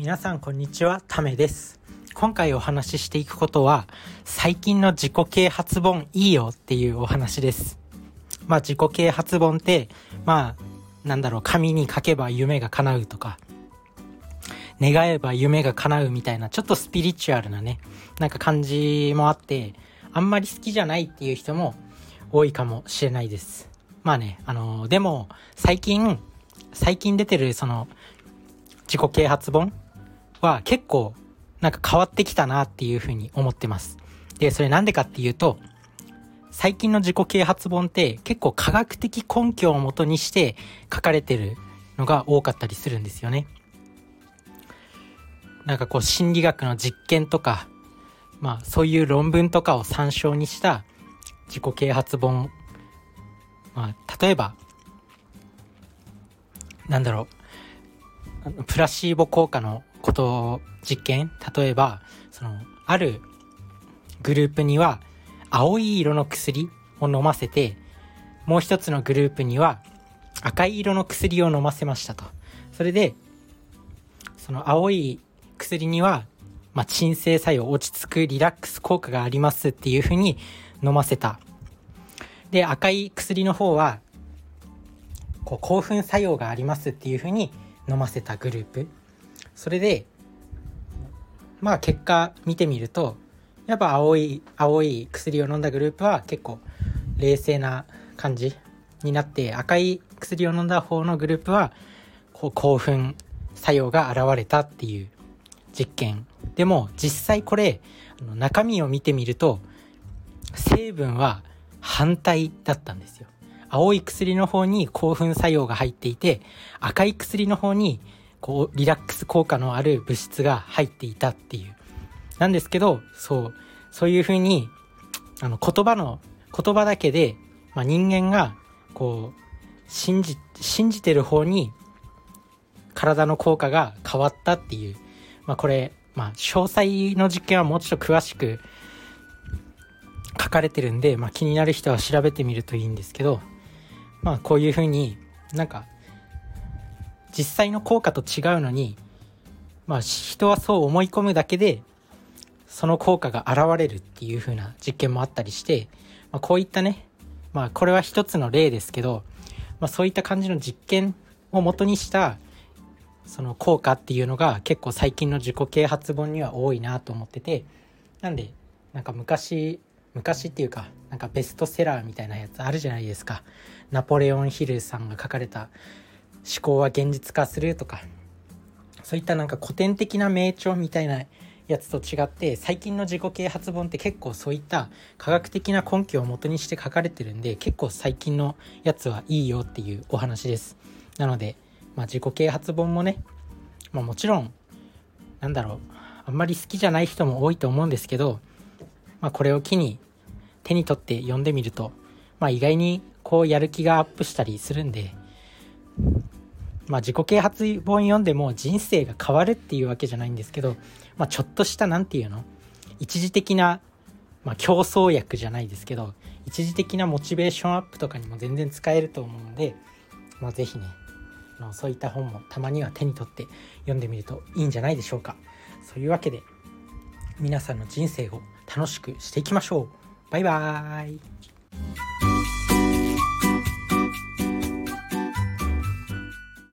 皆さんこんにちは、ためです。今回お話ししていくことは、最近の自己啓発本いいよっていうお話です。自己啓発本って、紙に書けば夢が叶うとか、願えば夢が叶うみたいな、ちょっとスピリチュアルなね、感じもあって、あんまり好きじゃないっていう人も多いかもしれないです。でも、最近出てるその、自己啓発本は結構変わってきたなっていうふうに思ってます。で、それなんでかっていうと、最近の自己啓発本って結構科学的根拠をもとにして書かれてるのが多かったりするんですよね。心理学の実験とか、そういう論文とかを参照にした自己啓発本。例えば、プラシーボ効果の実験、例えばあるグループには青い色の薬を飲ませて、もう一つのグループには赤い色の薬を飲ませましたと。それでその青い薬には鎮静作用、落ち着くリラックス効果がありますっていう風に飲ませた。で、赤い薬の方は興奮作用がありますっていう風に飲ませたグループ。それで結果見てみると、やっぱ青い薬を飲んだグループは結構冷静な感じになって、赤い薬を飲んだ方のグループは興奮作用が現れたっていう実験。でも実際これ中身を見てみると成分は反対だったんですよ。青い薬の方に興奮作用が入っていて、赤い薬の方にリラックス効果のある物質が入っていたっていう。なんですけど、そういう風に言葉だけで、人間が信じてる方に体の効果が変わったっていう。これ詳細の実験はもうちょっと詳しく書かれてるんで、気になる人は調べてみるといいんですけど、こういう風に実際の効果と違うのに、人はそう思い込むだけでその効果が現れるっていう風な実験もあったりして、こういったね、これは一つの例ですけど、そういった感じの実験を元にしたその効果っていうのが結構最近の自己啓発本には多いなと思ってて、なんで昔っていうかベストセラーみたいなやつあるじゃないですか。ナポレオンヒルさんが書かれた思考は現実化するとか、そういった古典的な名著みたいなやつと違って、最近の自己啓発本って結構そういった科学的な根拠を元にして書かれてるんで、結構最近のやつはいいよっていうお話です。なので自己啓発本もね、もちろんあんまり好きじゃない人も多いと思うんですけど、これを機に手に取って読んでみると、意外にやる気がアップしたりするんで、自己啓発本読んでも人生が変わるっていうわけじゃないんですけど、ちょっとした一時的な、競争薬じゃないですけど、一時的なモチベーションアップとかにも全然使えると思うので、ぜひね、そういった本もたまには手に取って読んでみるといいんじゃないでしょうか。そういうわけで皆さんの人生を楽しくしていきましょう。バイバーイ。